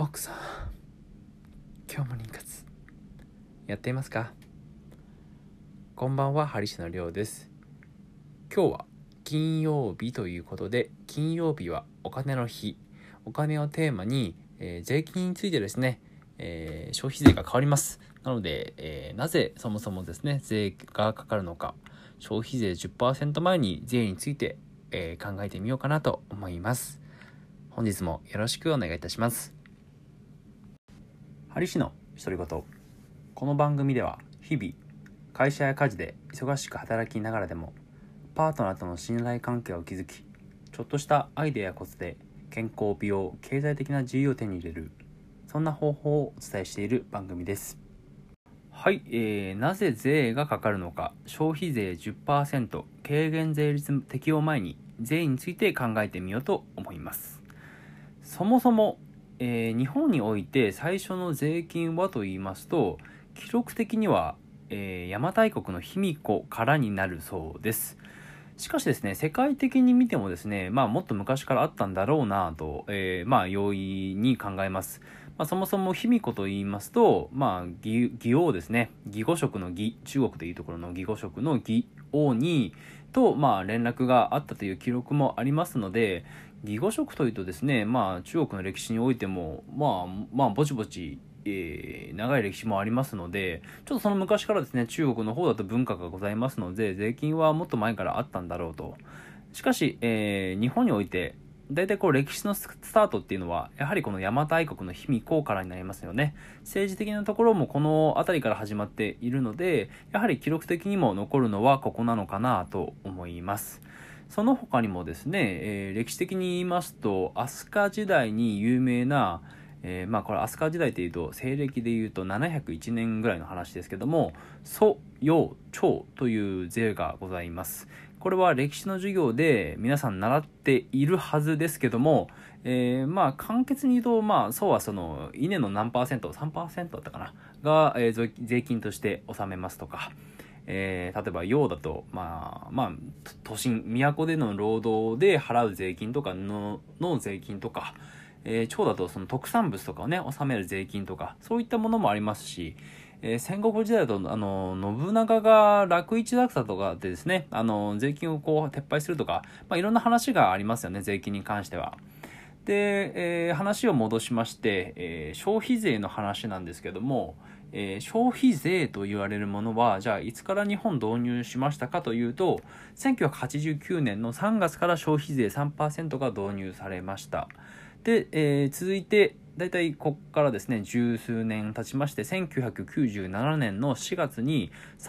奥さん、今日も妊活やっていますか？こんばんは、ハリシのりょうです。今日は金曜日ということで、金曜日はお金の日、お金をテーマに、税金についてですね、消費税が変わります。なので、なぜそもそもですね税がかかるのか、消費税 10% 前に税について、考えてみようかなと思います。本日もよろしくお願いいたします。ハリシの独り言。この番組では日々会社や家事で忙しく働きながらでもパートナーとの信頼関係を築き、ちょっとしたアイデアやコツで健康、美容、経済的な自由を手に入れる、そんな方法をお伝えしている番組です。はい、なぜ税がかかるのか、消費税 10% 軽減税率適用前に税について考えてみようと思います。そもそも日本において最初の税金はと言いますと、記録的には、邪馬台国の卑弥呼からになるそうです。しかしですね、世界的に見てもですね、もっと昔からあったんだろうなと、容易に考えます。そもそも卑弥呼と言いますと、義王ですね、義語色の義、中国でいうところの義語色の義王にと、連絡があったという記録もありますので、義語色というとですね、中国の歴史においてもぼちぼち長い歴史もありますので、ちょっとその昔からですね、中国の方だと文化がございますので、税金はもっと前からあったんだろうと。しかし、日本において大体歴史のスタートっていうのはやはりこの邪馬台国の卑弥呼からになりますよね。政治的なところもこの辺りから始まっているので、やはり記録的にも残るのはここなのかなと思います。その他にもですね、歴史的に言いますと飛鳥時代に有名な、これ飛鳥時代というと西暦でいうと701年ぐらいの話ですけども、蘇楊張という税がございます。これは歴史の授業で皆さん習っているはずですけども、簡潔に言うと、蘇はその稲の何%、3% だったかなが、税金として納めますとか、例えば洋だと都心都での労働で払う税金とかの税金とか、町だとその特産物とかをね納める税金とか、そういったものもありますし、戦国時代だと信長が楽市だったとかでですね、税金を撤廃するとか、いろんな話がありますよね、税金に関しては。で、話を戻しまして、消費税の話なんですけども、消費税と言われるものはじゃあいつから日本導入しましたかというと、1989年の3月から消費税 3% が導入されました。で、続いてだいたいここからですね十数年経ちまして、1997年の4月に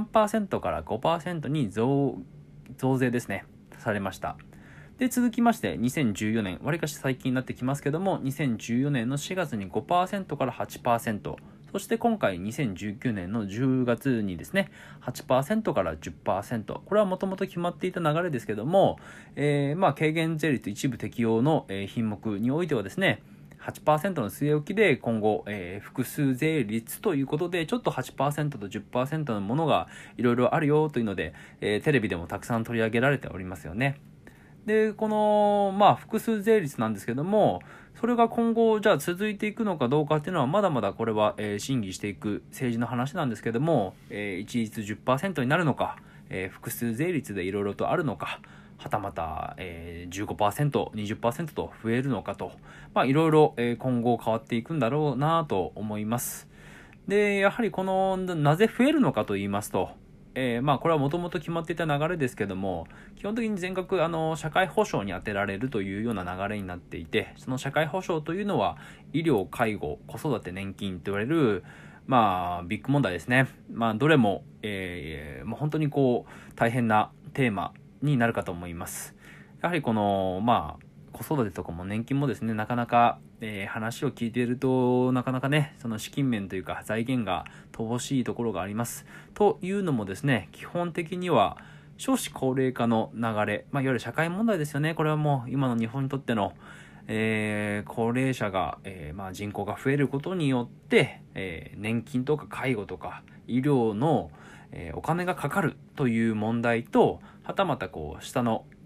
3% から 5% に増税ですねされました。で、続きまして2014年、わりかし最近になってきますけども、2014年の4月に 5% から 8%、そして今回2019年の10月にですね 8% から 10%、 これはもともと決まっていた流れですけども、軽減税率一部適用の、品目においてはですね8% の据え置きで今後、複数税率ということで、ちょっと 8% と 10% のものがいろいろあるよというので、テレビでもたくさん取り上げられておりますよね。で、この、複数税率なんですけども、それが今後じゃあ続いていくのかどうかっていうのはまだまだこれは、審議していく政治の話なんですけども、一律 10% になるのか、複数税率でいろいろとあるのか、はたまた、15%、20% と増えるのかと、いろいろ今後変わっていくんだろうなと思います。で、やはりこのなぜ増えるのかと言いますと、これはもともと決まっていた流れですけども、基本的に全額社会保障に充てられるというような流れになっていて、その社会保障というのは医療、介護、子育て、年金と言われるビッグ問題ですね。どれも、本当に大変なテーマになるかと思います。やはりこの子育てとかも年金もですね、なかなか、話を聞いているとなかなかね、その資金面というか財源が乏しいところがあります。というのもですね、基本的には少子高齢化の流れ、いわゆる社会問題ですよね。これはもう今の日本にとっての、高齢者が、人口が増えることによって、年金とか介護とか医療の、お金がかかるという問題と、はたまた下の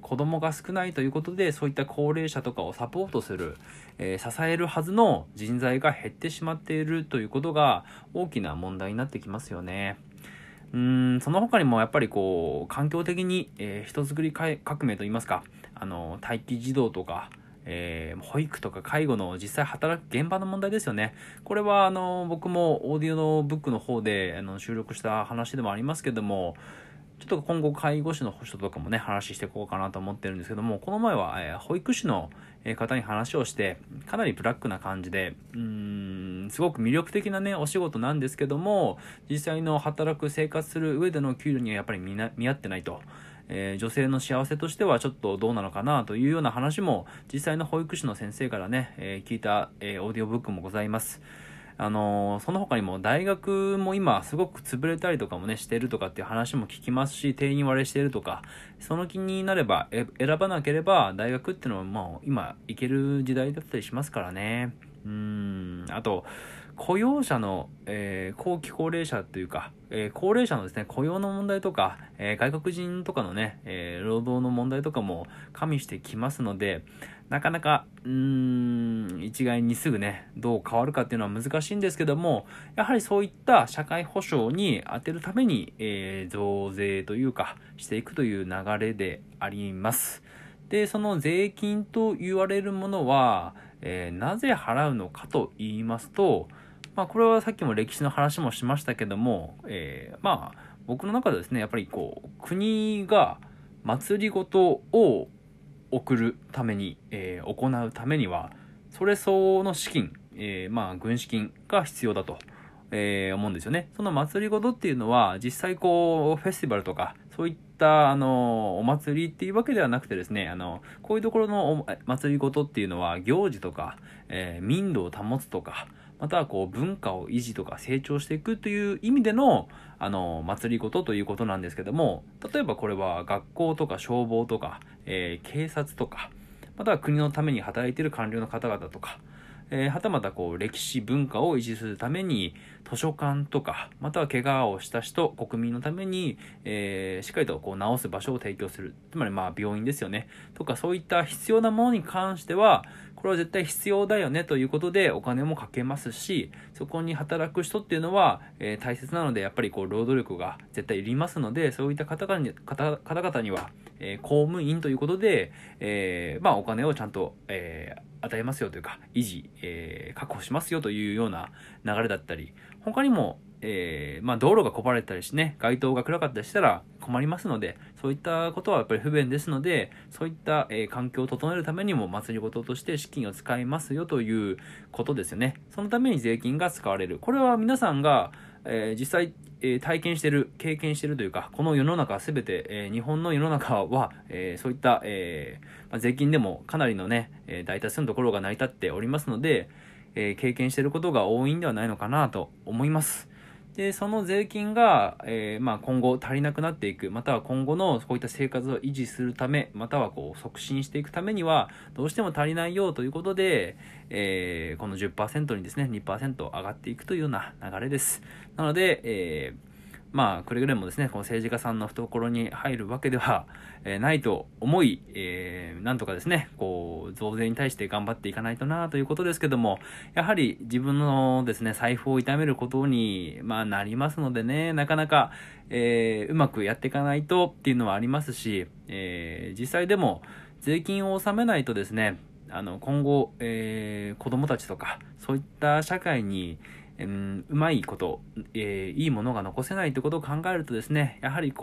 子供が少ないということで、そういった高齢者とかをサポートする、支えるはずの人材が減ってしまっているということが大きな問題になってきますよね。その他にもやっぱり環境的に、人づくり革命といいますか、待機児童とか、保育とか介護の実際働く現場の問題ですよね。これは僕もオーディオのブックの方で収録した話でもありますけども、ちょっと今後介護士の人とかもね話していこうかなと思ってるんですけども、この前は、保育士の方に話をして、かなりブラックな感じで、すごく魅力的なねお仕事なんですけども、実際の働く生活する上での給料にはやっぱり見合ってないと。女性の幸せとしてはちょっとどうなのかなというような話も実際の保育士の先生からね、聞いた、オーディオブックもございます。その他にも大学も今すごく潰れたりとかもねしてるとかっていう話も聞きますし、定員割れしてるとか、その気になれば選ばなければ大学っていうのはもう今行ける時代だったりしますからね。あと雇用者の、後期高齢者というか、高齢者のですね雇用の問題とか、外国人とかのね、労働の問題とかも加味してきますので、なかなか一概にすぐねどう変わるかっていうのは難しいんですけども、やはりそういった社会保障に充てるために、増税というかしていくという流れであります。でその税金と言われるものは、なぜ払うのかと言いますと、これはさっきも歴史の話もしましたけども、僕の中でですねやっぱり国が祭りごとを送るために、行うためにはそれ相応の資金、軍資金が必要だと、思うんですよね。その祭りごとっていうのは実際フェスティバルとかそういったお祭りっていうわけではなくてですね、こういうところの祭りごとっていうのは行事とか、民度を保つとか、または文化を維持とか成長していくという意味での祭りごとということなんですけども、例えばこれは学校とか消防とか、警察とか、または国のために働いている官僚の方々とか、はたまた歴史文化を維持するために図書館とか、または怪我をした人国民のために、しっかりと治す場所を提供する、つまり病院ですよねとか、そういった必要なものに関してはこれは絶対必要だよねということでお金もかけますし、そこに働く人っていうのは、大切なのでやっぱり労働力が絶対いりますので、そういった方々には、公務員ということで、お金をちゃんと、与えますよというか維持、確保しますよというような流れだったり、他にも、道路が壊れたりしてね街灯が暗かったりしたら困りますので、そういったことはやっぱり不便ですので、そういった、環境を整えるためにも祭りごととして資金を使いますよということですよね。そのために税金が使われる。これは皆さんが、実際体験してる経験してるというか、この世の中すべて、日本の世の中は、そういった、税金でもかなりのね、大多数のところが成り立っておりますので、経験していることが多いんではないのかなと思います。でその税金が、今後足りなくなっていく、または今後のこういった生活を維持するため、または促進していくためにはどうしても足りないよということで、この 10% にですね 2% 上がっていくというような流れです。なので、くれぐれもですねこの政治家さんの懐に入るわけでは、ないと思い、なんとかですね増税に対して頑張っていかないとなということですけども、やはり自分のですね財布を痛めることに、なりますのでね、なかなか、うまくやっていかないとっていうのはありますし、実際でも税金を納めないとですね今後、子供たちとかそういった社会にうまいこと、いいものが残せないということを考えるとですね、やはり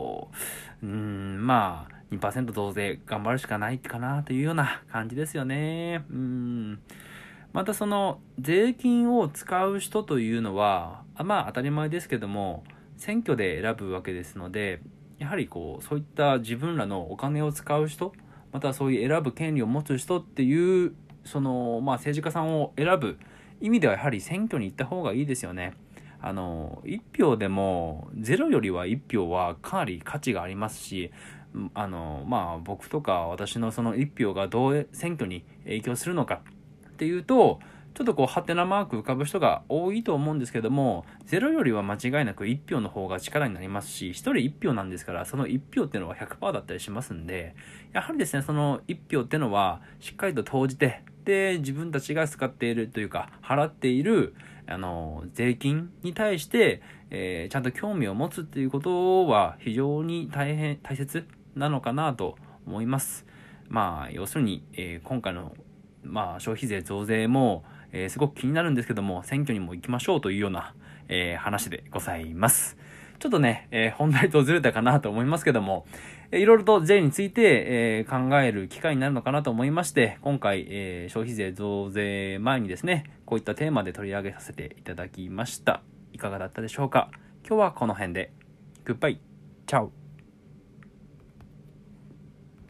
2% 増税頑張るしかないかなというような感じですよね。またその税金を使う人というのは当たり前ですけども選挙で選ぶわけですので、やはりそういった自分らのお金を使う人、またはそういう選ぶ権利を持つ人っていう政治家さんを選ぶ意味ではやはり選挙に行った方がいいですよね。1票でも0よりは1票はかなり価値がありますし、僕とか私のその1票がどう選挙に影響するのかっていうと、 ちょっとハテナマーク浮かぶ人が多いと思うんですけども、0よりは間違いなく1票の方が力になりますし、1人1票なんですから、その1票っていうのは 100% だったりしますんで、やはりですね、その1票っていうのはしっかりと投じて、で、自分たちが使っているというか、払っている、税金に対して、ちゃんと興味を持つっていうことは非常に大切なのかなと思います。要するに、今回の消費税増税も、すごく気になるんですけども、選挙にも行きましょうというような、話でございます。ちょっとね、本題とずれたかなと思いますけども、いろいろと税について、考える機会になるのかなと思いまして、今回、消費税増税前にですね、こういったテーマで取り上げさせていただきました。いかがだったでしょうか。今日はこの辺で。グッバイ。チャオ。